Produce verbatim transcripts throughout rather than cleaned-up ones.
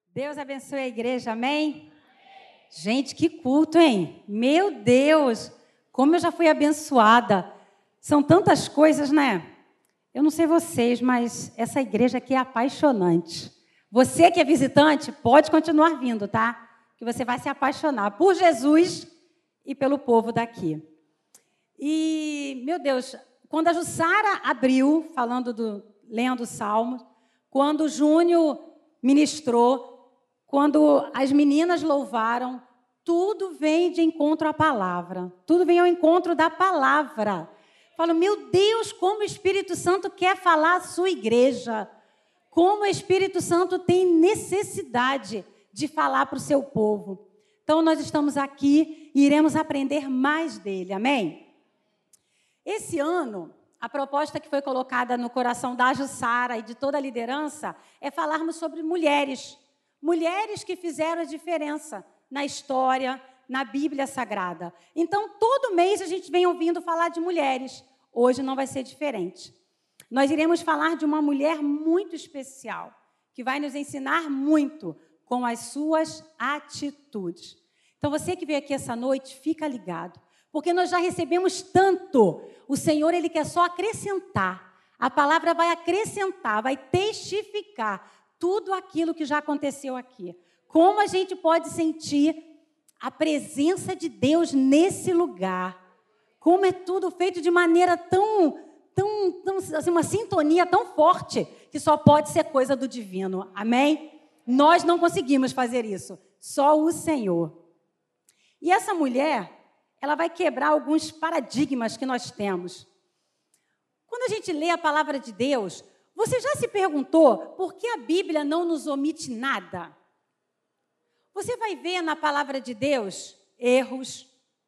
Deus abençoe a igreja, amém? Gente, que culto, hein? Meu Deus, como eu já fui abençoada. São tantas coisas, né? Eu não sei vocês, mas essa igreja aqui é apaixonante. Você que é visitante, pode continuar vindo, tá? Que você vai se apaixonar por Jesus e pelo povo daqui. E, meu Deus, quando a Jussara abriu, falando do, lendo o Salmo, quando o Júnior ministrou, quando as meninas louvaram, tudo vem de encontro à palavra. Tudo vem ao encontro da palavra. Falo, meu Deus, como o Espírito Santo quer falar à sua igreja. Como o Espírito Santo tem necessidade de falar para o seu povo. Então, nós estamos aqui e iremos aprender mais dele. Amém? Esse ano, a proposta que foi colocada no coração da Jussara e de toda a liderança é falarmos sobre mulheres. Mulheres que fizeram a diferença na história, na Bíblia Sagrada. Então, todo mês a gente vem ouvindo falar de mulheres. Hoje não vai ser diferente. Nós iremos falar de uma mulher muito especial, que vai nos ensinar muito com as suas atitudes. Então, você que veio aqui essa noite, fica ligado. Porque nós já recebemos tanto. O Senhor, Ele quer só acrescentar. A palavra vai acrescentar, vai testificar tudo aquilo que já aconteceu aqui. Como a gente pode sentir a presença de Deus nesse lugar. Como é tudo feito de maneira tão, tão, tão assim, uma sintonia tão forte, que só pode ser coisa do divino. Amém? Nós não conseguimos fazer isso. Só o Senhor. E essa mulher, ela vai quebrar alguns paradigmas que nós temos. Quando a gente lê a palavra de Deus, você já se perguntou por que a Bíblia não nos omite nada? Você vai ver na palavra de Deus erros,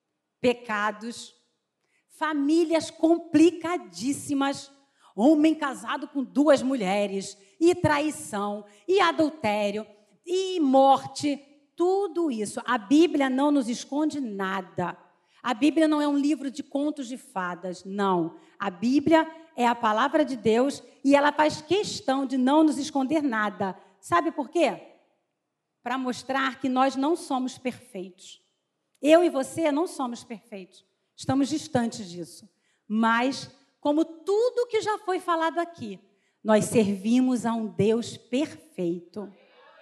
pecados, famílias complicadíssimas, homem casado com duas mulheres, e traição, e adultério, e morte, tudo isso. A Bíblia não nos esconde nada. A Bíblia não é um livro de contos de fadas, não. A Bíblia é a palavra de Deus e ela faz questão de não nos esconder nada. Sabe por quê? Para mostrar que nós não somos perfeitos. Eu e você não somos perfeitos. Estamos distantes disso. Mas, como tudo que já foi falado aqui, nós servimos a um Deus perfeito.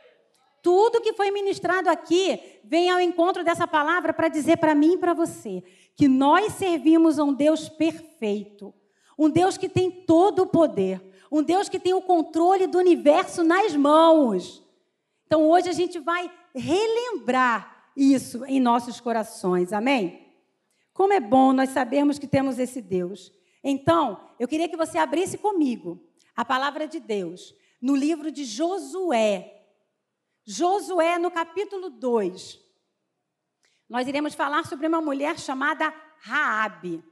Tudo que foi ministrado aqui vem ao encontro dessa palavra para dizer para mim e para você que nós servimos a um Deus perfeito, um Deus que tem todo o poder, um Deus que tem o controle do universo nas mãos. Então, hoje a gente vai relembrar isso em nossos corações, amém? Como é bom nós sabermos que temos esse Deus. Então, eu queria que você abrisse comigo a palavra de Deus no livro de Josué. Josué, no capítulo dois, nós iremos falar sobre uma mulher chamada Raabe.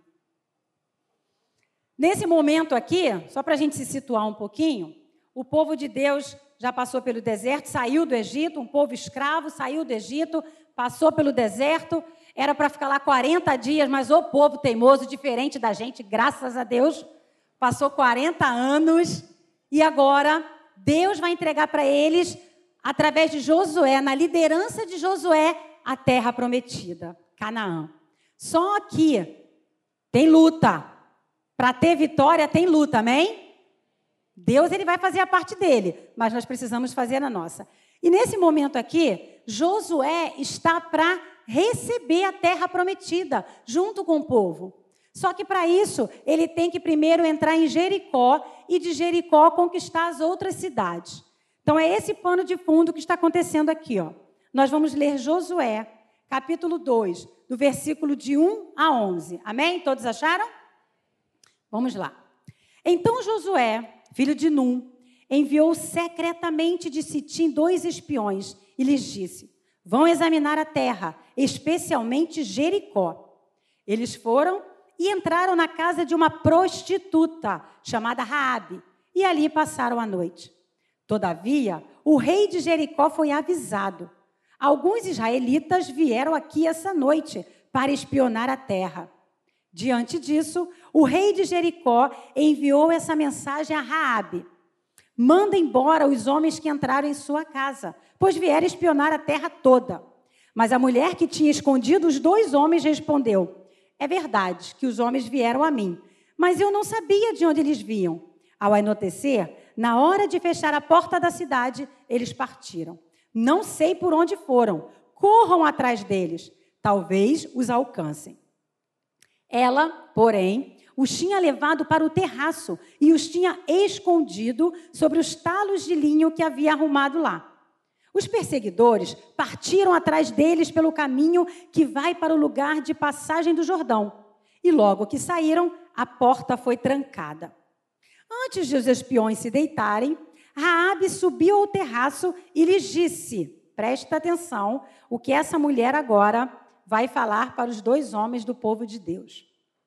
Nesse momento aqui, só para a gente se situar um pouquinho, o povo de Deus já passou pelo deserto, saiu do Egito, um povo escravo, saiu do Egito, passou pelo deserto, era para ficar lá quarenta dias, mas o povo teimoso, diferente da gente, graças a Deus, passou quarenta anos, e agora Deus vai entregar para eles, através de Josué, na liderança de Josué, a terra prometida, Canaã. Só que tem luta. Para ter vitória, tem luta, amém? Deus, ele vai fazer a parte dele, mas nós precisamos fazer a nossa. E nesse momento aqui, Josué está para receber a terra prometida, junto com o povo. Só que para isso, ele tem que primeiro entrar em Jericó e de Jericó conquistar as outras cidades. Então, é esse pano de fundo que está acontecendo aqui, ó. Nós vamos ler Josué, capítulo dois, do versículo de um a onze. Amém? Todos acharam? Vamos lá. Então, Josué, filho de Num, enviou secretamente de Sitim dois espiões e lhes disse: vão examinar a terra, especialmente Jericó. Eles foram e entraram na casa de uma prostituta chamada Raabe, e ali passaram a noite. Todavia, o rei de Jericó foi avisado. Alguns israelitas vieram aqui essa noite para espionar a terra. Diante disso, o rei de Jericó enviou essa mensagem a Raabe: manda embora os homens que entraram em sua casa, pois vieram espionar a terra toda. Mas a mulher que tinha escondido os dois homens respondeu: é verdade que os homens vieram a mim, mas eu não sabia de onde eles vinham. Ao anoitecer, na hora de fechar a porta da cidade, eles partiram. Não sei por onde foram. Corram atrás deles. Talvez os alcancem. Ela, porém, os tinha levado para o terraço e os tinha escondido sobre os talos de linho que havia arrumado lá. Os perseguidores partiram atrás deles pelo caminho que vai para o lugar de passagem do Jordão. E logo que saíram, a porta foi trancada. Antes de os espiões se deitarem, Raabe subiu ao terraço e lhes disse: presta atenção, o que essa mulher agora vai falar para os dois homens do povo de Deus.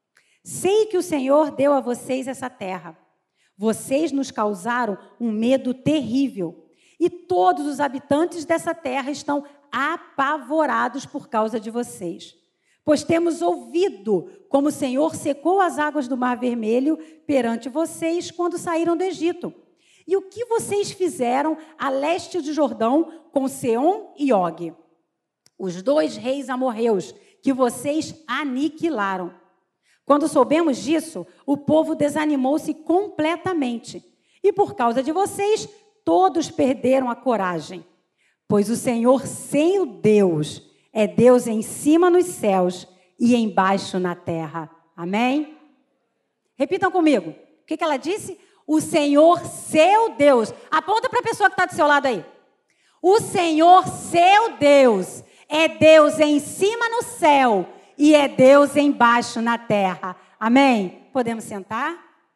Sei que o Senhor deu a vocês essa terra. Vocês nos causaram um medo terrível. E todos os habitantes dessa terra estão apavorados por causa de vocês. Pois temos ouvido como o Senhor secou as águas do Mar Vermelho perante vocês quando saíram do Egito. E o que vocês fizeram a leste do Jordão com Seom e Og, os dois reis amorreus que vocês aniquilaram. Quando soubemos disso, o povo desanimou-se completamente. E por causa de vocês, todos perderam a coragem. Pois o Senhor, seu Deus, é Deus em cima nos céus e embaixo na terra. Amém? Repitam comigo. O que, que ela disse? O Senhor, seu Deus. Aponta para a pessoa que está do seu lado aí. O Senhor, seu Deus, é Deus em cima no céu e é Deus embaixo na terra. Amém? Podemos sentar?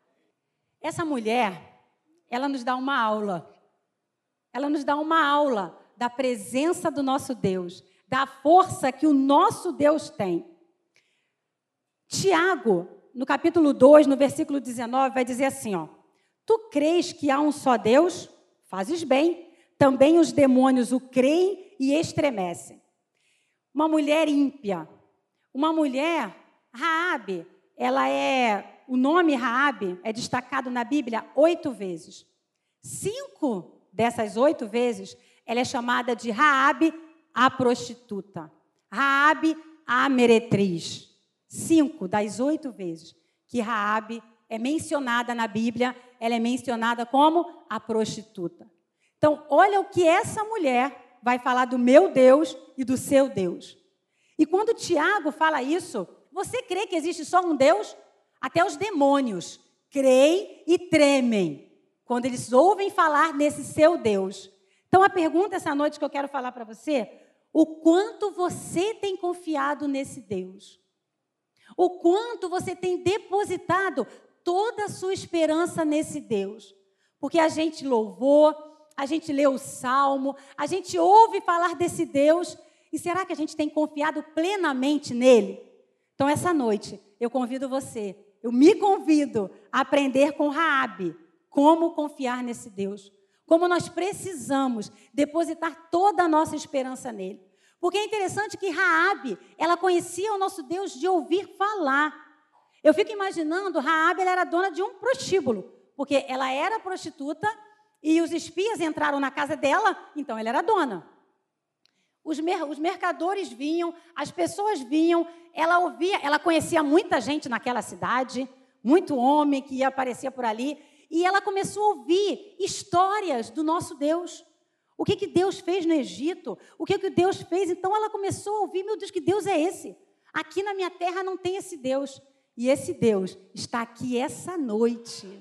Essa mulher, ela nos dá uma aula. Ela nos dá uma aula da presença do nosso Deus, da força que o nosso Deus tem. Tiago, no capítulo dois, no versículo dezenove, vai dizer assim, ó: tu crês que há um só Deus? Fazes bem. Também os demônios o creem e estremecem. Uma mulher ímpia, uma mulher, Raabe, ela é, o nome Raabe é destacado na Bíblia oito vezes. Cinco dessas oito vezes, ela é chamada de Raabe, a prostituta. Raabe, a meretriz. Cinco das oito vezes que Raabe é mencionada na Bíblia, ela é mencionada como a prostituta. Então, olha o que essa mulher vai falar do meu Deus e do seu Deus. E quando Tiago fala isso, você crê que existe só um Deus? Até os demônios creem e tremem quando eles ouvem falar nesse seu Deus. Então, a pergunta essa noite que eu quero falar para você: o quanto você tem confiado nesse Deus? O quanto você tem depositado toda a sua esperança nesse Deus? Porque a gente louvou, a gente lê o Salmo, a gente ouve falar desse Deus, e será que a gente tem confiado plenamente nele? Então, essa noite, eu convido você, eu me convido a aprender com Raabe como confiar nesse Deus, como nós precisamos depositar toda a nossa esperança nele. Porque é interessante que Raabe, ela conhecia o nosso Deus de ouvir falar. Eu fico imaginando, Raabe, ela era dona de um prostíbulo, porque ela era prostituta e os espias entraram na casa dela, então ela era dona. Os, mer os mercadores vinham, as pessoas vinham, ela ouvia, ela conhecia muita gente naquela cidade, muito homem que ia aparecer por ali, e ela começou a ouvir histórias do nosso Deus. O que, que Deus fez no Egito? O que, que Deus fez? Então ela começou a ouvir, meu Deus, que Deus é esse? Aqui na minha terra não tem esse Deus. E esse Deus está aqui essa noite.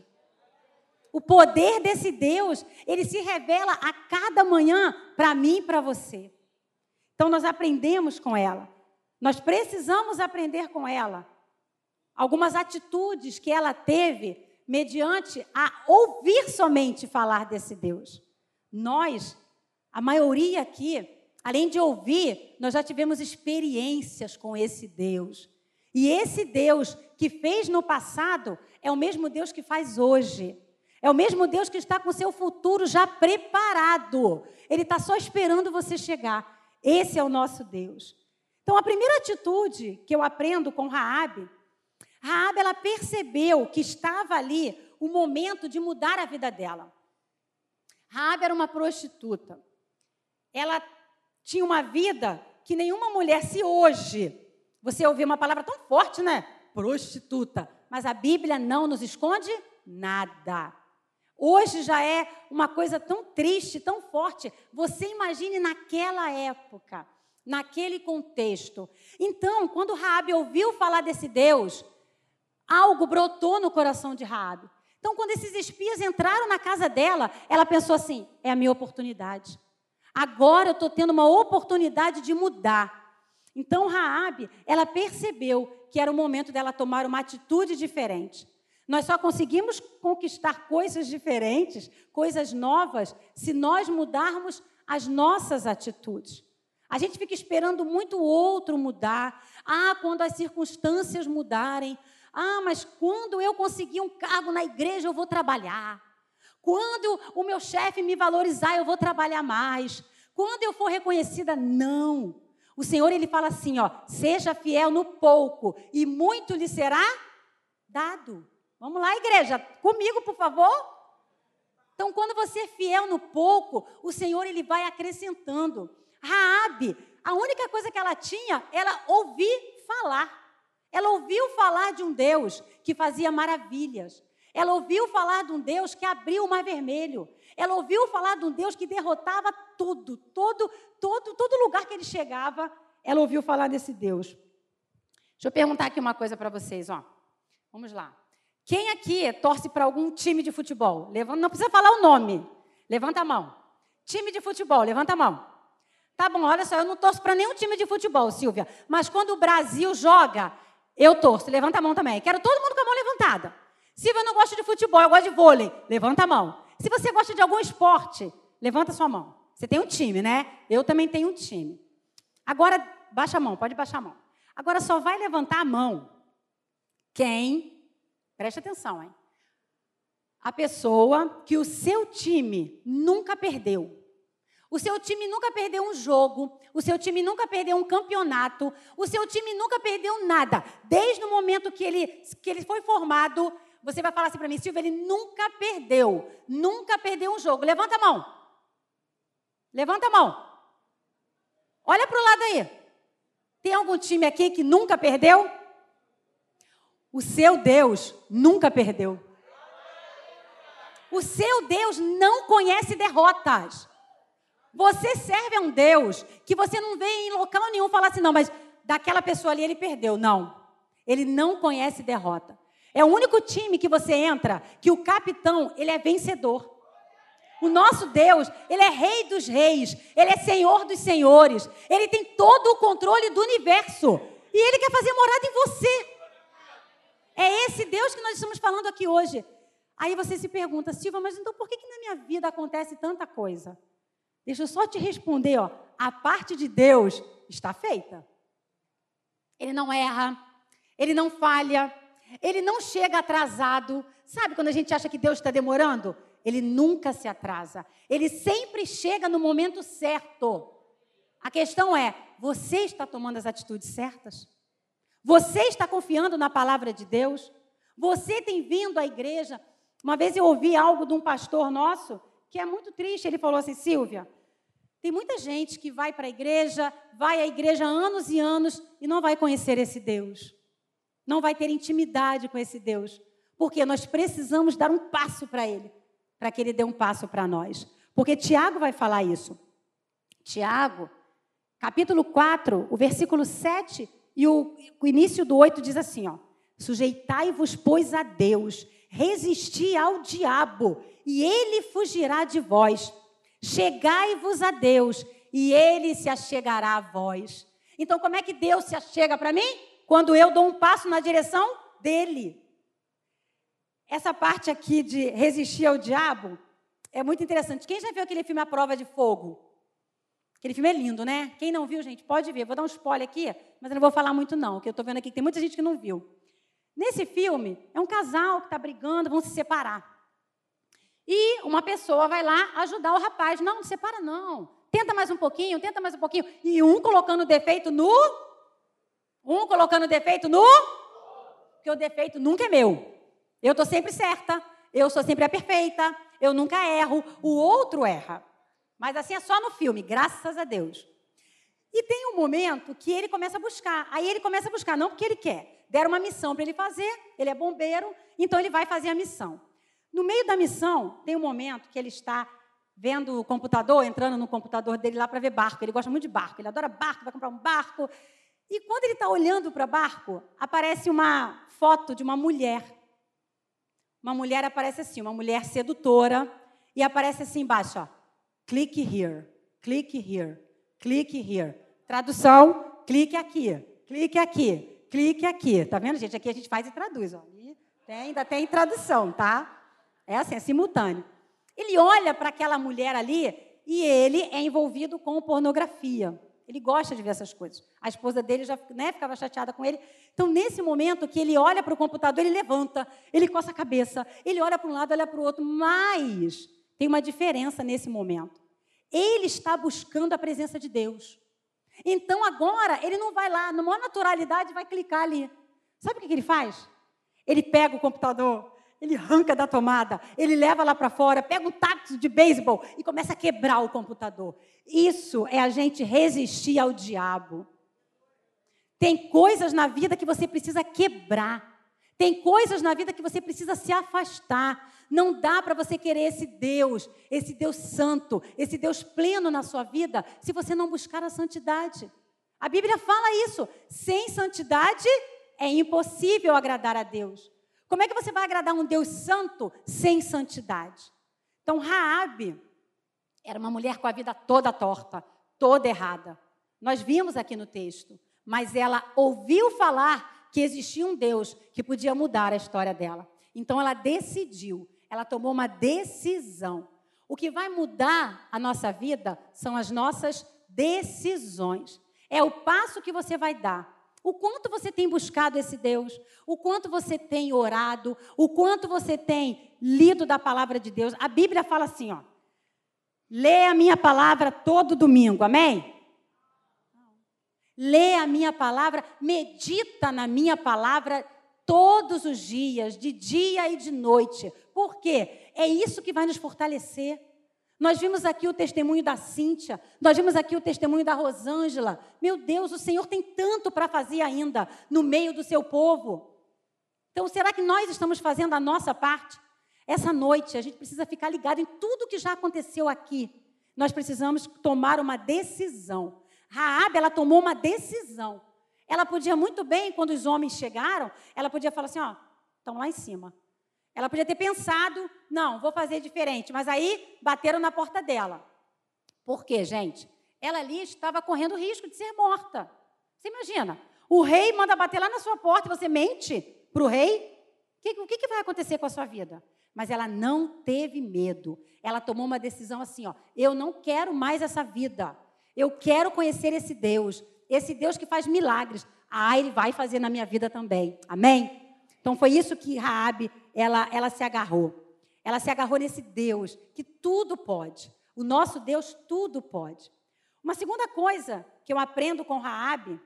O poder desse Deus, ele se revela a cada manhã para mim e para você. Então, nós aprendemos com ela. Nós precisamos aprender com ela algumas atitudes que ela teve mediante a ouvir somente falar desse Deus. Nós, a maioria aqui, além de ouvir, nós já tivemos experiências com esse Deus. E esse Deus que fez no passado é o mesmo Deus que faz hoje. É o mesmo Deus que está com o seu futuro já preparado. Ele está só esperando você chegar. Esse é o nosso Deus. Então, a primeira atitude que eu aprendo com Raabe, Raabe, ela percebeu que estava ali o momento de mudar a vida dela. Raabe era uma prostituta. Ela tinha uma vida que nenhuma mulher, se hoje você ouvir uma palavra tão forte, né? Prostituta. Mas a Bíblia não nos esconde nada. Hoje já é uma coisa tão triste, tão forte. Você imagine naquela época, naquele contexto. Então, quando Raabe ouviu falar desse Deus, algo brotou no coração de Raabe. Então, quando esses espias entraram na casa dela, ela pensou assim, é a minha oportunidade. Agora eu estou tendo uma oportunidade de mudar. Então, Raabe, ela percebeu que era o momento dela tomar uma atitude diferente. Nós só conseguimos conquistar coisas diferentes, coisas novas, se nós mudarmos as nossas atitudes. A gente fica esperando muito o outro mudar. Ah, quando as circunstâncias mudarem. Ah, mas quando eu conseguir um cargo na igreja, eu vou trabalhar. Quando o meu chefe me valorizar, eu vou trabalhar mais. Quando eu for reconhecida, não. O Senhor, Ele fala assim, ó, seja fiel no pouco e muito lhe será dado. Vamos lá, igreja, comigo, por favor. Então, quando você é fiel no pouco, o Senhor, Ele vai acrescentando. Raabe, a única coisa que ela tinha era ouvir falar. Ela ouviu falar de um Deus que fazia maravilhas. Ela ouviu falar de um Deus que abriu o mar vermelho. Ela ouviu falar de um Deus que derrotava tudo, todo, todo, todo lugar que ele chegava, ela ouviu falar desse Deus. Deixa eu perguntar aqui uma coisa para vocês, ó. Vamos lá. Quem aqui torce para algum time de futebol? Levanta, não precisa falar o nome. Levanta a mão. Time de futebol, levanta a mão. Tá bom, olha só, eu não torço para nenhum time de futebol, Silvia. Mas quando o Brasil joga, eu torço. Levanta a mão também. Quero todo mundo com a mão levantada. Silvia, eu não gosto de futebol, eu gosto de vôlei. Levanta a mão. Se você gosta de algum esporte, levanta a sua mão. Você tem um time, né? Eu também tenho um time. Agora, baixa a mão, pode baixar a mão. Agora só vai levantar a mão quem, preste atenção, hein? A pessoa que o seu time nunca perdeu. O seu time nunca perdeu um jogo, o seu time nunca perdeu um campeonato, o seu time nunca perdeu nada. Desde o momento que ele, que ele foi formado, você vai falar assim para mim, Silvia, ele nunca perdeu, nunca perdeu um jogo. Levanta a mão. Levanta a mão. Olha para o lado aí. Tem algum time aqui que nunca perdeu? O seu Deus nunca perdeu. O seu Deus não conhece derrotas. Você serve a um Deus que você não vê em local nenhum falar assim, não, mas daquela pessoa ali ele perdeu. Não. Ele não conhece derrota. É o único time que você entra que o capitão, ele é vencedor. O nosso Deus, ele é rei dos reis, ele é senhor dos senhores, ele tem todo o controle do universo e ele quer fazer morada em você. É esse Deus que nós estamos falando aqui hoje. Aí você se pergunta, Silvia, mas então por que, que na minha vida acontece tanta coisa? Deixa eu só te responder, ó, a parte de Deus está feita. Ele não erra, ele não falha, ele não chega atrasado. Sabe quando a gente acha que Deus está demorando? Ele nunca se atrasa. Ele sempre chega no momento certo. A questão é, você está tomando as atitudes certas? Você está confiando na palavra de Deus? Você tem vindo à igreja? Uma vez eu ouvi algo de um pastor nosso, que é muito triste. Ele falou assim, Silvia, tem muita gente que vai para a igreja, vai à igreja há anos e anos e não vai conhecer esse Deus. Não vai ter intimidade com esse Deus. Porque nós precisamos dar um passo para Ele, para que Ele dê um passo para nós. Porque Tiago vai falar isso. Tiago, capítulo quatro, o versículo sete e o, o início do oito diz assim, ó, sujeitai-vos, pois, a Deus, resisti ao diabo, e ele fugirá de vós. Chegai-vos a Deus, e ele se achegará a vós. Então, como é que Deus se achega para mim? Quando eu dou um passo na direção dele. Essa parte aqui de resistir ao diabo é muito interessante. Quem já viu aquele filme A Prova de Fogo? Aquele filme é lindo, né? Quem não viu, gente, pode ver. Vou dar um spoiler aqui, mas eu não vou falar muito não, porque eu estou vendo aqui que tem muita gente que não viu. Nesse filme, é um casal que está brigando, vão se separar. E uma pessoa vai lá ajudar o rapaz. Não, não separa não. Tenta mais um pouquinho, tenta mais um pouquinho. E um colocando defeito no... Um colocando defeito no... Porque o defeito nunca é meu. Eu estou sempre certa. Eu sou sempre a perfeita. eu nunca erro, o outro erra. Mas assim é só no filme, graças a Deus. E tem um momento que ele começa a buscar. Aí ele começa a buscar, não porque ele quer. Deram uma missão para ele fazer, ele é bombeiro, então ele vai fazer a missão. No meio da missão, tem um momento que ele está vendo o computador, entrando no computador dele lá para ver barco. Ele gosta muito de barco, ele adora barco, vai comprar um barco. E quando ele está olhando para o barco, aparece uma foto de uma mulher. Uma mulher aparece assim, uma mulher sedutora, e aparece assim embaixo, ó, clique here, clique here, clique here. Tradução, clique aqui, clique aqui, clique aqui. Tá vendo, gente? Aqui a gente faz e traduz, ó. E tem, ainda tem tradução, tá? É assim, é simultâneo. Ele olha para aquela mulher ali e ele é envolvido com pornografia. Ele gosta de ver essas coisas. A esposa dele já, né, ficava chateada com ele. Então, nesse momento que ele olha para o computador, ele levanta, ele coça a cabeça, ele olha para um lado, olha para o outro, mas tem uma diferença nesse momento. Ele está buscando a presença de Deus. Então, agora, ele não vai lá, na maior naturalidade, vai clicar ali. Sabe o que ele faz? Ele pega o computador, ele arranca da tomada, ele leva lá para fora, pega um taco de beisebol e começa a quebrar o computador. Isso é a gente resistir ao diabo. Tem coisas na vida que você precisa quebrar. Tem coisas na vida que você precisa se afastar. Não dá para você querer esse Deus, esse Deus santo, esse Deus pleno na sua vida, se você não buscar a santidade. A Bíblia fala isso. Sem santidade é impossível agradar a Deus. Como é que você vai agradar um Deus santo sem santidade? Então, Raabe era uma mulher com a vida toda torta, toda errada. Nós vimos aqui no texto, mas ela ouviu falar que existia um Deus que podia mudar a história dela. Então, ela decidiu, ela tomou uma decisão. O que vai mudar a nossa vida são as nossas decisões. É o passo que você vai dar. O quanto você tem buscado esse Deus, o quanto você tem orado, o quanto você tem lido da palavra de Deus. A Bíblia fala assim, ó, lê a minha palavra todo domingo, amém? Lê a minha palavra, medita na minha palavra todos os dias, de dia e de noite. Por quê? É isso que vai nos fortalecer. Nós vimos aqui o testemunho da Cíntia, nós vimos aqui o testemunho da Rosângela. Meu Deus, o Senhor tem tanto para fazer ainda no meio do seu povo. Então, será que nós estamos fazendo a nossa parte? Essa noite, a gente precisa ficar ligado em tudo que já aconteceu aqui. Nós precisamos tomar uma decisão. Raabe, ela tomou uma decisão. Ela podia muito bem, quando os homens chegaram, ela podia falar assim, ó, estão lá em cima. Ela podia ter pensado, não, vou fazer diferente. Mas aí, bateram na porta dela. Por quê, gente? Ela ali estava correndo o risco de ser morta. Você imagina? O rei manda bater lá na sua porta e você mente para o rei? O que, que vai acontecer com a sua vida? Mas ela não teve medo. Ela tomou uma decisão assim, ó, eu não quero mais essa vida. Eu quero conhecer esse Deus. Esse Deus que faz milagres. Ah, Ele vai fazer na minha vida também. Amém? Então, foi isso que Raabe, ela, ela se agarrou. Ela se agarrou nesse Deus que tudo pode. O nosso Deus tudo pode. Uma segunda coisa que eu aprendo com Raabe,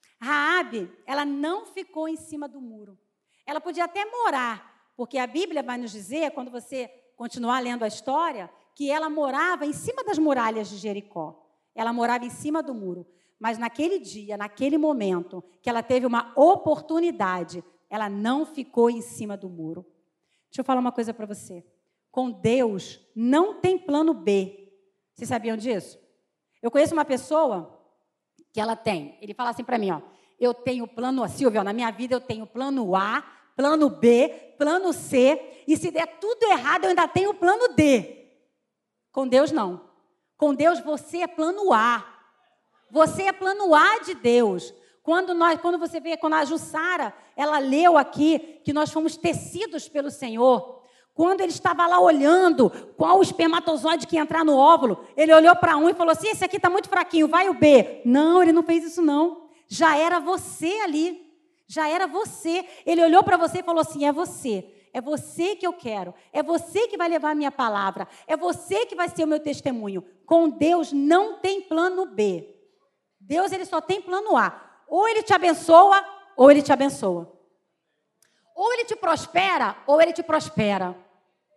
Raabe, ela não ficou em cima do muro. Ela podia até morar, porque a Bíblia vai nos dizer, quando você continuar lendo a história, que ela morava em cima das muralhas de Jericó. Ela morava em cima do muro. Mas naquele dia, naquele momento, que ela teve uma oportunidade, ela não ficou em cima do muro. Deixa eu falar uma coisa para você. Com Deus, não tem plano B. Vocês sabiam disso? Eu conheço uma pessoa que ela tem. Ele fala assim para mim, ó, eu tenho plano A, Silvia, na minha vida eu tenho plano A, plano B, plano C, e se der tudo errado, eu ainda tenho plano D. Com Deus, não. Com Deus, você é plano A. Você é plano A de Deus. Quando, nós, quando você vê, quando a Jussara, ela leu aqui que nós fomos tecidos pelo Senhor. Quando ele estava lá olhando qual o espermatozoide que ia entrar no óvulo, ele olhou para um e falou assim, esse aqui está muito fraquinho, vai o B. Não, ele não fez isso não. Já era você ali. Já era você. Ele olhou para você e falou assim, é você. É você que eu quero. É você que vai levar a minha palavra. É você que vai ser o meu testemunho. Com Deus não tem plano B. Deus, ele só tem plano A. Ou ele te abençoa, ou ele te abençoa. Ou ele te prospera, ou ele te prospera.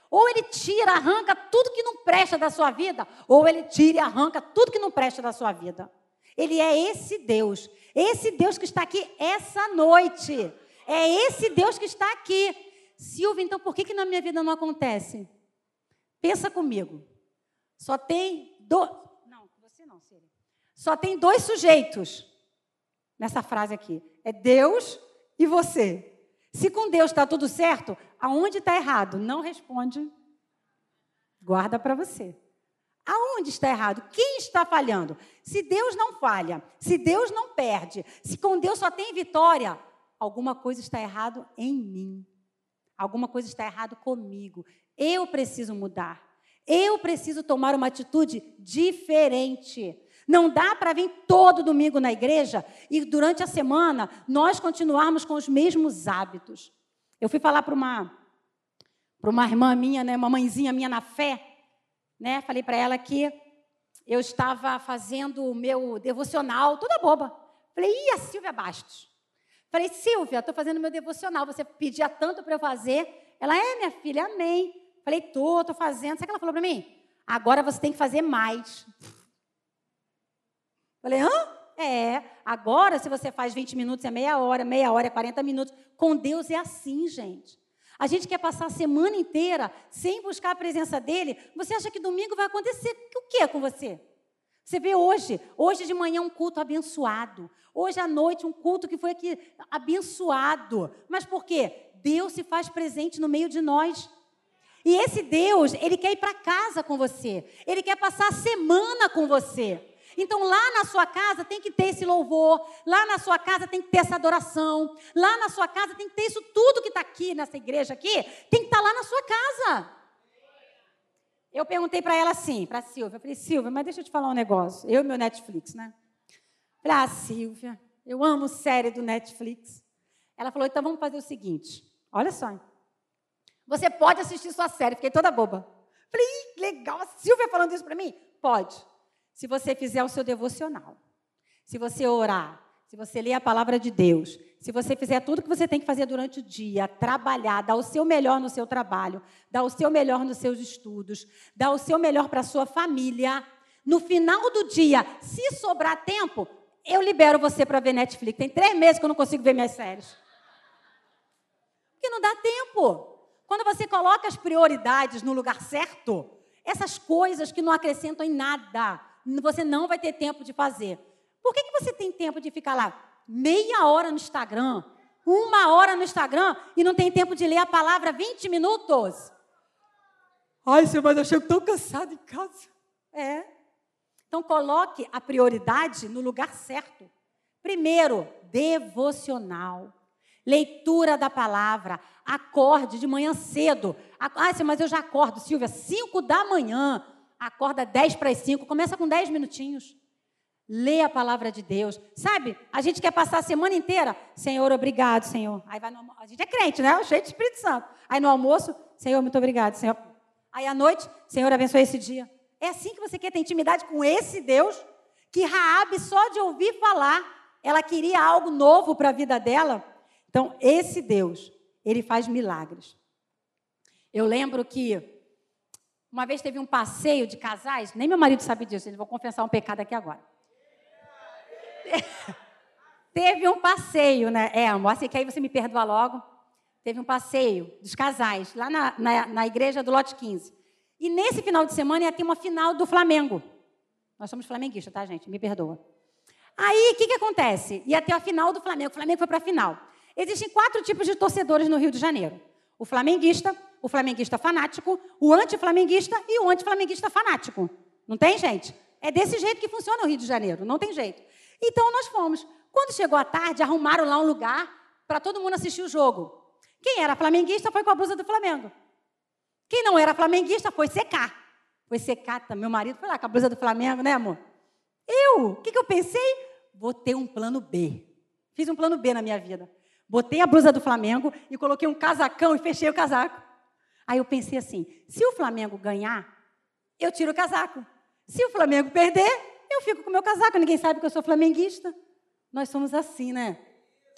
Ou ele tira, arranca tudo que não presta da sua vida, ou ele tira e arranca tudo que não presta da sua vida. Ele é esse Deus, esse Deus que está aqui essa noite. É esse Deus que está aqui. Silvia, então por que, que na minha vida não acontece? Pensa comigo. Só tem dois... Não, você não, Síria. Só tem dois sujeitos nessa frase aqui. É Deus e você. Se com Deus está tudo certo, aonde está errado? Não responde. Guarda para você. Aonde está errado? Quem está falhando? Se Deus não falha, se Deus não perde, se com Deus só tem vitória, alguma coisa está errado em mim. Alguma coisa está errado comigo. Eu preciso mudar. Eu preciso tomar uma atitude diferente. Não dá para vir todo domingo na igreja e durante a semana nós continuarmos com os mesmos hábitos. Eu fui falar para uma, para uma irmã minha, né, uma mãezinha minha na fé, né, falei para ela que eu estava fazendo o meu devocional, toda boba. Falei, ih, a Silvia Bastos. Falei, Silvia, estou fazendo meu devocional, você pedia tanto para eu fazer. Ela, é, minha filha, amém. Falei, estou, estou fazendo. Sabe o que ela falou para mim? Agora você tem que fazer mais. Falei, hã? É, agora se você faz vinte minutos é meia hora, meia hora é quarenta minutos. Com Deus é assim, gente. A gente quer passar a semana inteira sem buscar a presença dEle. Você acha que domingo vai acontecer o que com você? Você vê hoje, hoje de manhã um culto abençoado. Hoje à noite um culto que foi aqui abençoado. Mas por quê? Deus se faz presente no meio de nós. E esse Deus, Ele quer ir para casa com você. Ele quer passar a semana com você. Então, lá na sua casa tem que ter esse louvor, lá na sua casa tem que ter essa adoração, lá na sua casa tem que ter isso tudo que está aqui, nessa igreja aqui, tem que estar lá na sua casa. Eu perguntei para ela assim, para a Silvia, eu falei, Silvia, mas deixa eu te falar um negócio, eu e meu Netflix, né? Falei, ah, Silvia, eu amo série do Netflix. Ela falou, então vamos fazer o seguinte, olha só, você pode assistir sua série, fiquei toda boba. Falei, ih, legal, a Silvia falando isso para mim? Pode. Se você fizer o seu devocional, se você orar, se você ler a palavra de Deus, se você fizer tudo que você tem que fazer durante o dia, trabalhar, dar o seu melhor no seu trabalho, dar o seu melhor nos seus estudos, dar o seu melhor para a sua família, no final do dia, se sobrar tempo, eu libero você para ver Netflix. Tem três meses que eu não consigo ver minhas séries. Porque não dá tempo. Quando você coloca as prioridades no lugar certo, essas coisas que não acrescentam em nada, você não vai ter tempo de fazer. Por que, que você tem tempo de ficar lá meia hora no Instagram, uma hora no Instagram e não tem tempo de ler a palavra vinte minutos? Ai, Senhor, mas eu chego tão cansado em casa. É. Então, coloque a prioridade no lugar certo. Primeiro, devocional. Leitura da palavra. Acorde de manhã cedo. Ah, Senhor, mas eu já acordo, Silvia, cinco da manhã. Acorda dez para as cinco, começa com dez minutinhos. Lê a palavra de Deus. Sabe, a gente quer passar a semana inteira. Senhor, obrigado, Senhor. Aí vai no almoço. A gente é crente, né? Cheio de Espírito Santo. Aí no almoço, Senhor, muito obrigado, Senhor. Aí à noite, Senhor, abençoe esse dia. É assim que você quer ter intimidade com esse Deus? Que Raabe, só de ouvir falar, ela queria algo novo para a vida dela. Então, esse Deus, Ele faz milagres. Eu lembro que uma vez teve um passeio de casais, nem meu marido sabe disso, eu vou confessar um pecado aqui agora. Teve um passeio, né? É, amor, assim que aí você me perdoa logo. Teve um passeio dos casais, lá na, na, na igreja do Lote quinze. E nesse final de semana ia ter uma final do Flamengo. Nós somos flamenguistas, tá, gente? Me perdoa. Aí, o que, que acontece? Ia ter a final do Flamengo. O Flamengo foi para a final. Existem quatro tipos de torcedores no Rio de Janeiro. O flamenguista, o flamenguista fanático, o antiflamenguista e o antiflamenguista fanático. Não tem, gente? É desse jeito que funciona o Rio de Janeiro, não tem jeito. Então, nós fomos. Quando chegou a tarde, arrumaram lá um lugar para todo mundo assistir o jogo. Quem era flamenguista foi com a blusa do Flamengo. Quem não era flamenguista foi secar. Foi secar também. Meu marido foi lá com a blusa do Flamengo, né, amor? Eu, o que, que eu pensei? Vou ter um plano B. Fiz um plano B na minha vida. Botei a blusa do Flamengo e coloquei um casacão e fechei o casaco. Aí eu pensei assim, se o Flamengo ganhar, eu tiro o casaco. Se o Flamengo perder, eu fico com o meu casaco. Ninguém sabe que eu sou flamenguista. Nós somos assim, né?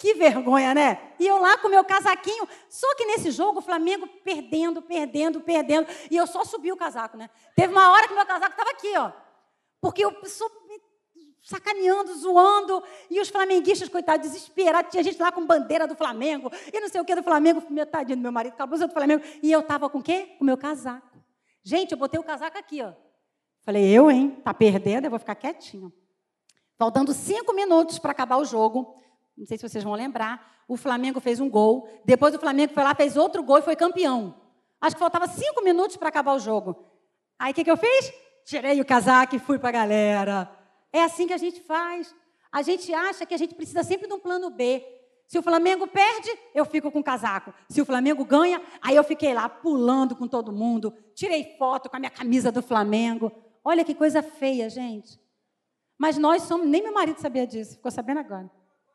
Que vergonha, né? E eu lá com o meu casaquinho. Só que nesse jogo o Flamengo perdendo, perdendo, perdendo. E eu só subi o casaco, né? Teve uma hora que o meu casaco estava aqui, ó. Porque eu sou sacaneando, zoando. E os flamenguistas, coitados, desesperados. Tinha gente lá com bandeira do Flamengo. E não sei o que do Flamengo. Metadinho do meu marido, com a blusa do Flamengo. E eu estava com o quê? Com o meu casaco. Gente, eu botei o casaco aqui, ó. Falei, eu, hein? Tá perdendo, eu vou ficar quietinho. Faltando cinco minutos para acabar o jogo. Não sei se vocês vão lembrar, o Flamengo fez um gol, depois o Flamengo foi lá, fez outro gol e foi campeão. Acho que faltava cinco minutos para acabar o jogo. Aí o que, que eu fiz? Tirei o casaco e fui para a galera. É assim que a gente faz. A gente acha que a gente precisa sempre de um plano B. Se o Flamengo perde, eu fico com o casaco. Se o Flamengo ganha, aí eu fiquei lá pulando com todo mundo, tirei foto com a minha camisa do Flamengo. Olha que coisa feia, gente. Mas nós somos, nem meu marido sabia disso, ficou sabendo agora.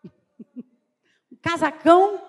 Casacão,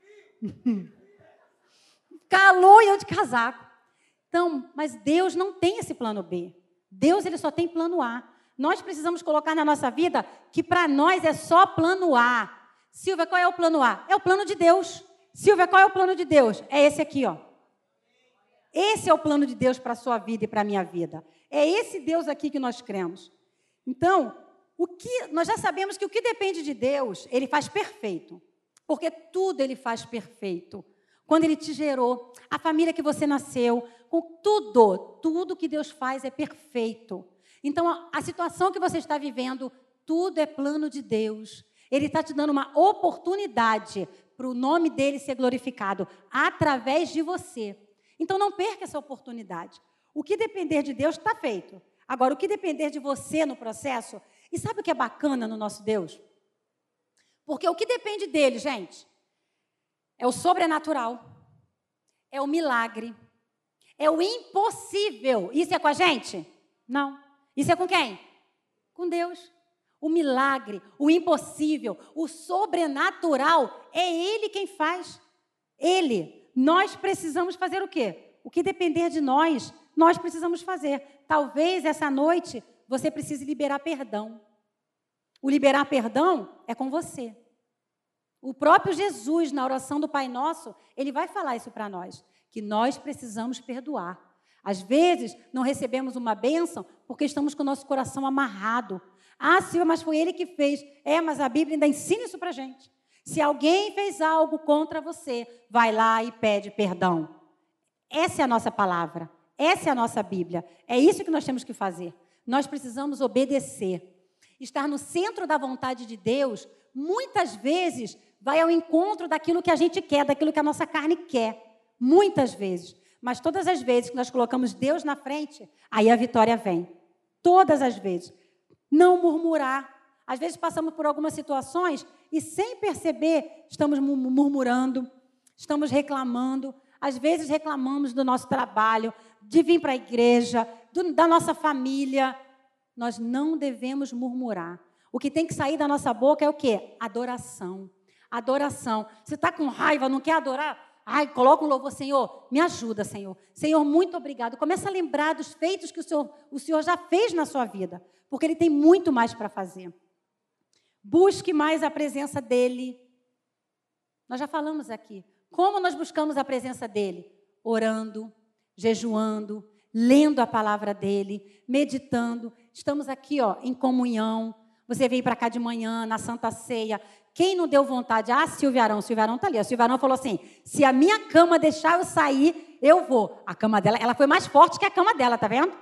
calor e eu de casaco. Então, mas Deus não tem esse plano B. Deus, ele só tem plano A. Nós precisamos colocar na nossa vida que para nós é só plano A. Silvia, qual é o plano A? É o plano de Deus. Silvia, qual é o plano de Deus? É esse aqui, ó. Esse é o plano de Deus para a sua vida e para a minha vida. É esse Deus aqui que nós cremos. Então, o que, nós já sabemos que o que depende de Deus, Ele faz perfeito. Porque tudo Ele faz perfeito. Quando Ele te gerou, a família que você nasceu, com tudo, tudo que Deus faz é perfeito. Então, a, a situação que você está vivendo, tudo é plano de Deus. Ele está te dando uma oportunidade para o nome dEle ser glorificado através de você. Então, não perca essa oportunidade. O que depender de Deus está feito. Agora, o que depender de você no processo... E sabe o que é bacana no nosso Deus? Porque o que depende dele, gente, é o sobrenatural, é o milagre, é o impossível. Isso é com a gente? Não. Isso é com quem? Com Deus. O milagre, o impossível, o sobrenatural, é Ele quem faz. Ele. Nós precisamos fazer o quê? O que depender de nós, nós precisamos fazer. Talvez essa noite... você precisa liberar perdão. O liberar perdão é com você. O próprio Jesus, na oração do Pai Nosso, ele vai falar isso para nós, que nós precisamos perdoar. Às vezes, não recebemos uma bênção porque estamos com o nosso coração amarrado. Ah, Silvia, mas foi ele que fez. É, mas a Bíblia ainda ensina isso para a gente. Se alguém fez algo contra você, vai lá e pede perdão. Essa é a nossa palavra. Essa é a nossa Bíblia. É isso que nós temos que fazer. Nós precisamos obedecer. Estar no centro da vontade de Deus, muitas vezes, vai ao encontro daquilo que a gente quer, daquilo que a nossa carne quer. Muitas vezes. Mas todas as vezes que nós colocamos Deus na frente, aí a vitória vem. Todas as vezes. Não murmurar. Às vezes passamos por algumas situações e, sem perceber, estamos murmurando, estamos reclamando. Às vezes reclamamos do nosso trabalho, de vir para a igreja, do, da nossa família. Nós não devemos murmurar. O que tem que sair da nossa boca é o quê? Adoração. Adoração. Você está com raiva, não quer adorar? Ai, coloca um louvor, Senhor, me ajuda, Senhor. Senhor, muito obrigado. Começa a lembrar dos feitos que o Senhor, o Senhor já fez na sua vida, porque Ele tem muito mais para fazer. Busque mais a presença dEle. Nós já falamos aqui. Como nós buscamos a presença dEle? Orando, jejuando, lendo a palavra dEle, meditando. Estamos aqui, ó, em comunhão. Você veio para cá de manhã, na Santa Ceia. Quem não deu vontade? Ah, Silvia Arão, Silvia Arão está ali. A Silvia Arão falou assim, se a minha cama deixar eu sair, eu vou. A cama dela, ela foi mais forte que a cama dela, tá vendo?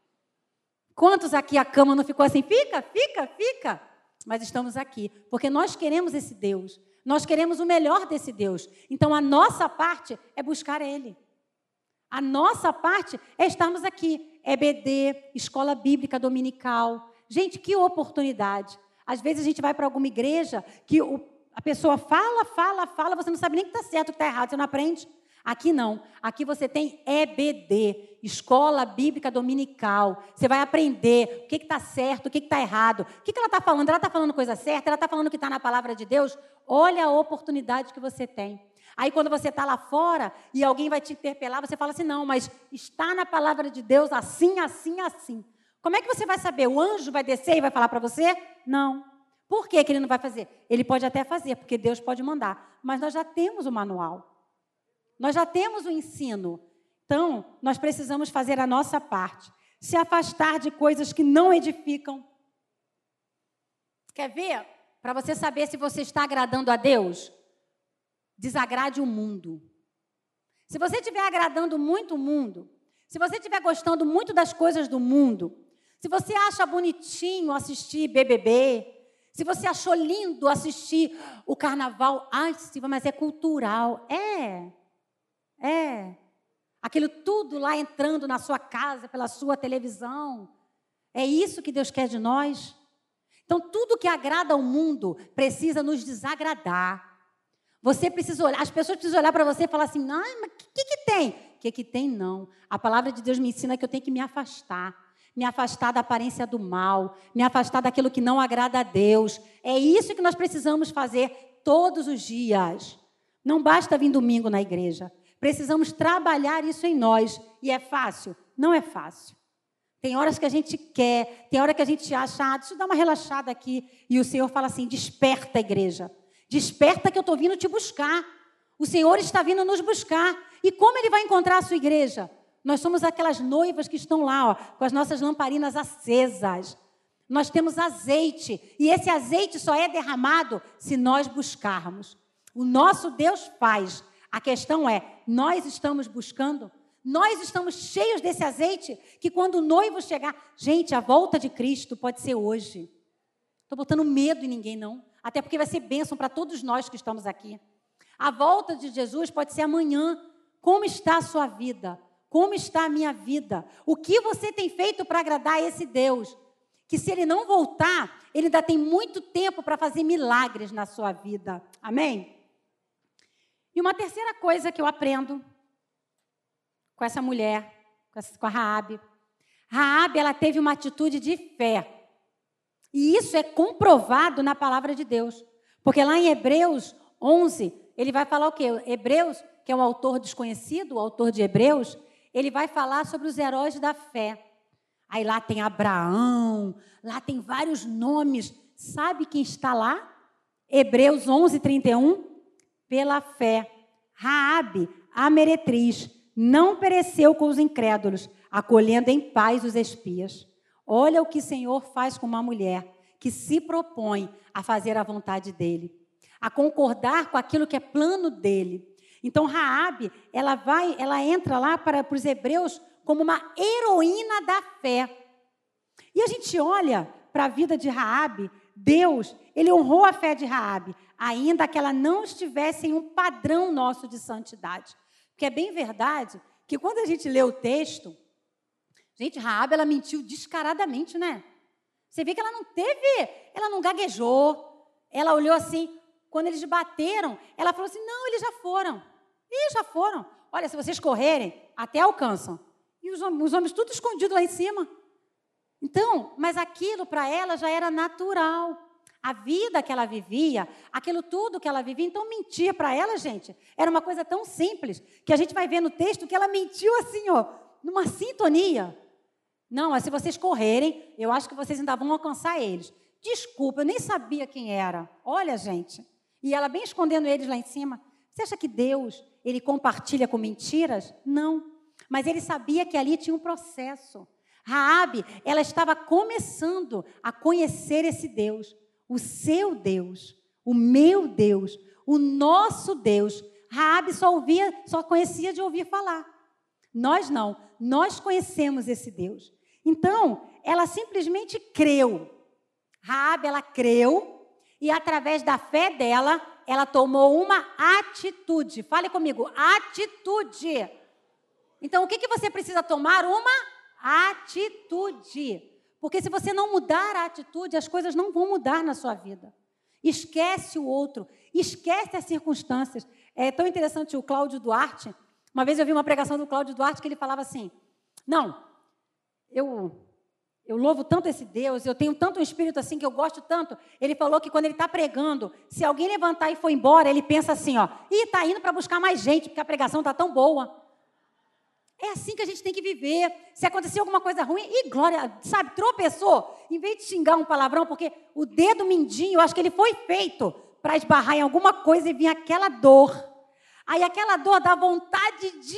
Quantos aqui a cama não ficou assim? Fica, fica, fica. Mas estamos aqui, porque nós queremos esse Deus. Nós queremos o melhor desse Deus. Então, a nossa parte é buscar Ele. A nossa parte é estarmos aqui. E B D, Escola Bíblica Dominical. Gente, que oportunidade. Às vezes a gente vai para alguma igreja que o, a pessoa fala, fala, fala, você não sabe nem o que está certo, o que está errado, você não aprende. Aqui não. Aqui você tem E B D, Escola Bíblica Dominical. Você vai aprender o que está certo, o que está errado. O que, que ela está falando? Ela está falando coisa certa? Ela está falando o que está na palavra de Deus? Olha a oportunidade que você tem. Aí, quando você está lá fora e alguém vai te interpelar, você fala assim, não, mas está na palavra de Deus assim, assim, assim. Como é que você vai saber? O anjo vai descer e vai falar para você? Não. Por que que ele não vai fazer? Ele pode até fazer, porque Deus pode mandar. Mas nós já temos o manual. Nós já temos o ensino. Então, nós precisamos fazer a nossa parte. Se afastar de coisas que não edificam. Quer ver? Para você saber se você está agradando a Deus, desagrade o mundo. Se você estiver agradando muito o mundo, se você estiver gostando muito das coisas do mundo, se você acha bonitinho assistir B B B, se você achou lindo assistir o carnaval, ai, Silva, mas é cultural. É, é. Aquilo tudo lá entrando na sua casa, pela sua televisão. É isso que Deus quer de nós. Então, tudo que agrada ao mundo precisa nos desagradar. Você precisa olhar, as pessoas precisam olhar para você e falar assim, não, mas o que, que tem? O que, que tem, não. A palavra de Deus me ensina que eu tenho que me afastar. Me afastar da aparência do mal, me afastar daquilo que não agrada a Deus. É isso que nós precisamos fazer todos os dias. Não basta vir domingo na igreja. Precisamos trabalhar isso em nós. E é fácil? Não é fácil. Tem horas que a gente quer, tem hora que a gente acha, ah, deixa eu dar uma relaxada aqui. E o Senhor fala assim, desperta, igreja. Desperta que eu estou vindo te buscar. O Senhor está vindo nos buscar. E como Ele vai encontrar a sua igreja? Nós somos aquelas noivas que estão lá, ó, com as nossas lamparinas acesas. Nós temos azeite. E esse azeite só é derramado se nós buscarmos. O nosso Deus faz. A questão é, nós estamos buscando? Nós estamos cheios desse azeite que quando o noivo chegar... Gente, a volta de Cristo pode ser hoje. Estou botando medo em ninguém, não. Até porque vai ser bênção para todos nós que estamos aqui. A volta de Jesus pode ser amanhã. Como está a sua vida? Como está a minha vida? O que você tem feito para agradar a esse Deus? Que se Ele não voltar, Ele ainda tem muito tempo para fazer milagres na sua vida. Amém? E uma terceira coisa que eu aprendo com essa mulher, com, essa, com a Raabe. Raabe, ela teve uma atitude de fé. E isso é comprovado na palavra de Deus. Porque lá em Hebreus onze, ele vai falar o quê? Hebreus, que é um autor desconhecido, o autor de Hebreus, ele vai falar sobre os heróis da fé. Aí lá tem Abraão, lá tem vários nomes. Sabe quem está lá? Hebreus onze, trinta e um. Pela fé, Raabe, a meretriz, não pereceu com os incrédulos, acolhendo em paz os espias. Olha o que o Senhor faz com uma mulher que se propõe a fazer a vontade dEle, a concordar com aquilo que é plano dEle. Então, Raabe, ela vai, ela entra lá para, para os hebreus como uma heroína da fé. E a gente olha para a vida de Raabe, Deus, Ele honrou a fé de Raabe, ainda que ela não estivesse em um padrão nosso de santidade. Porque é bem verdade que quando a gente lê o texto, gente, Raabe, ela mentiu descaradamente, né? Você vê que ela não teve, ela não gaguejou, ela olhou assim, quando eles bateram, ela falou assim, não, eles já foram. Ih, já foram. Olha, se vocês correrem, até alcançam. E os homens, os homens tudo escondido lá em cima. Então, mas aquilo para ela já era natural. A vida que ela vivia, aquilo tudo que ela vivia, então mentir para ela, gente, era uma coisa tão simples, que a gente vai ver no texto que ela mentiu assim, ó, numa sintonia. Não, se vocês correrem, eu acho que vocês ainda vão alcançar eles. Desculpa, eu nem sabia quem era. Olha, gente. E ela bem escondendo eles lá em cima. Você acha que Deus, Ele compartilha com mentiras? Não. Mas Ele sabia que ali tinha um processo. Raabe, ela estava começando a conhecer esse Deus. O seu Deus, o meu Deus, o nosso Deus. Raabe só ouvia, só conhecia de ouvir falar. Nós não, nós conhecemos esse Deus. Então, ela simplesmente creu. Raabe, ela creu e através da fé dela, ela tomou uma atitude. Fale comigo, atitude. Então, o que, que você precisa tomar? Uma atitude. Porque se você não mudar a atitude, as coisas não vão mudar na sua vida. Esquece o outro, esquece as circunstâncias. É tão interessante o Cláudio Duarte. Uma vez eu vi uma pregação do Cláudio Duarte que ele falava assim, não, eu, eu louvo tanto esse Deus, eu tenho tanto um espírito assim que eu gosto tanto. Ele falou que quando ele está pregando, se alguém levantar e for embora, ele pensa assim, ó, ih, está indo para buscar mais gente, porque a pregação está tão boa. É assim que a gente tem que viver. Se acontecer alguma coisa ruim, e glória, sabe, tropeçou, em vez de xingar um palavrão, porque o dedo mindinho, eu acho que ele foi feito para esbarrar em alguma coisa e vir aquela dor. Aí aquela dor dá vontade de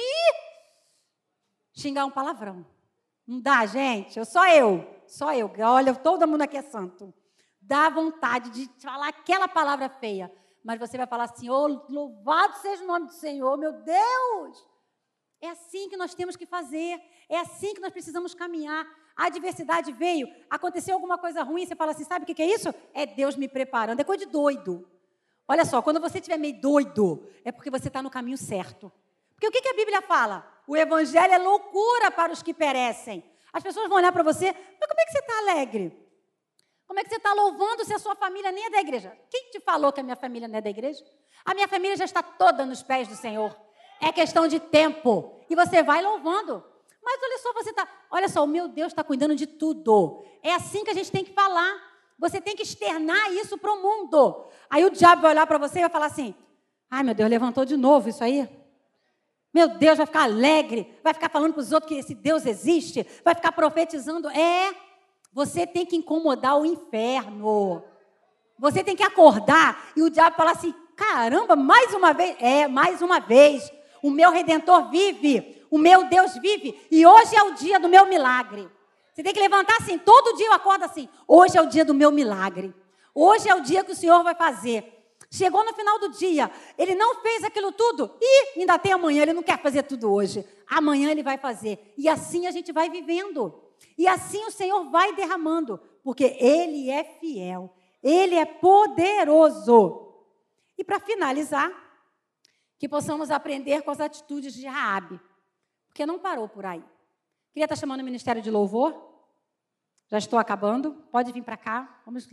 xingar um palavrão. Não dá, gente? Eu, só eu, só eu. Olha, todo mundo aqui é santo. Dá vontade de falar aquela palavra feia. Mas você vai falar assim, oh, louvado seja o nome do Senhor, meu Deus! É assim que nós temos que fazer. É assim que nós precisamos caminhar. A adversidade veio, aconteceu alguma coisa ruim, você fala assim, sabe o que é isso? É Deus me preparando, é coisa de doido. Olha só, quando você estiver meio doido, é porque você está no caminho certo. Porque o que, que a Bíblia fala? O evangelho é loucura para os que perecem. As pessoas vão olhar para você, mas como é que você está alegre? Como é que você está louvando se a sua família nem é da igreja? Quem te falou que a minha família não é da igreja? A minha família já está toda nos pés do Senhor. É questão de tempo. E você vai louvando. Mas olha só, você está... Olha só, o meu Deus está cuidando de tudo. É assim que a gente tem que falar. Você tem que externar isso para o mundo. Aí o diabo vai olhar para você e vai falar assim, ai, meu Deus, levantou de novo isso aí? Meu Deus, vai ficar alegre, vai ficar falando para os outros que esse Deus existe, vai ficar profetizando. É, você tem que incomodar o inferno. Você tem que acordar e o diabo falar assim, caramba, mais uma vez. É, mais uma vez. O meu Redentor vive, o meu Deus vive e hoje é o dia do meu milagre. Você tem que levantar assim, todo dia eu acordo assim, hoje é o dia do meu milagre. Hoje é o dia que o Senhor vai fazer. Chegou no final do dia, ele não fez aquilo tudo, e ainda tem amanhã, ele não quer fazer tudo hoje. Amanhã ele vai fazer. E assim a gente vai vivendo. E assim o Senhor vai derramando, porque Ele é fiel, Ele é poderoso. E para finalizar, que possamos aprender com as atitudes de Raabe, porque não parou por aí. Queria estar chamando o Ministério de Louvor. Já estou acabando, pode vir para cá. Vamos...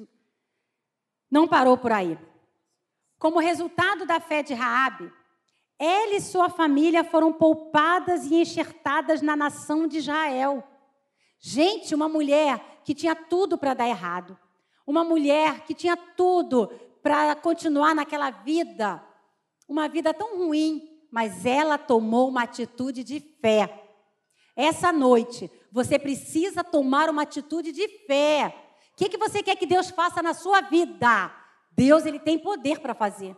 Não parou por aí. Como resultado da fé de Raabe, ela e sua família foram poupadas e enxertadas na nação de Israel. Gente, uma mulher que tinha tudo para dar errado. Uma mulher que tinha tudo para continuar naquela vida. Uma vida tão ruim, mas ela tomou uma atitude de fé. Essa noite, você precisa tomar uma atitude de fé. O que, que você quer que Deus faça na sua vida? Deus, Ele tem poder para fazer.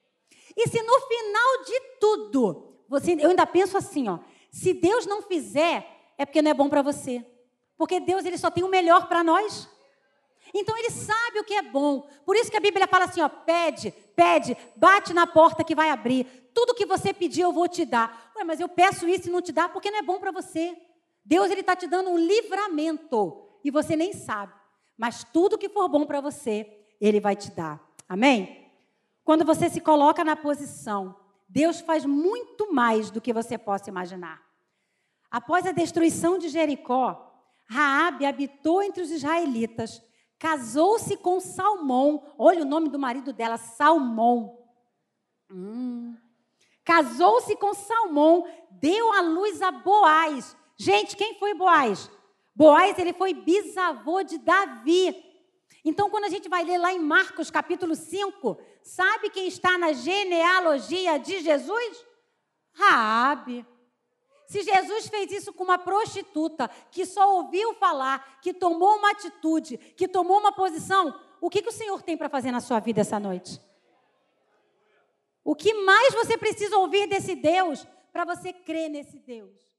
E se no final de tudo, você, eu ainda penso assim, ó, se Deus não fizer, é porque não é bom para você. Porque Deus, Ele só tem o melhor para nós. Então, Ele sabe o que é bom. Por isso que a Bíblia fala assim, ó, pede, pede, bate na porta que vai abrir. Tudo que você pedir, eu vou te dar. Ué, mas eu peço isso e não te dá porque não é bom para você. Deus, Ele está te dando um livramento. E você nem sabe. Mas tudo que for bom para você, Ele vai te dar. Amém? Quando você se coloca na posição, Deus faz muito mais do que você possa imaginar. Após a destruição de Jericó, Raabe habitou entre os israelitas, casou-se com Salmão. Olha o nome do marido dela, Salmão. Hum. Casou-se com Salmão, deu à luz a Boaz. Gente, quem foi Boaz? Boaz, ele foi bisavô de Davi. Então, quando a gente vai ler lá em Marcos, capítulo cinco, sabe quem está na genealogia de Jesus? Raabe. Se Jesus fez isso com uma prostituta, que só ouviu falar, que tomou uma atitude, que tomou uma posição, o que, que o Senhor tem para fazer na sua vida essa noite? O que mais você precisa ouvir desse Deus para você crer nesse Deus?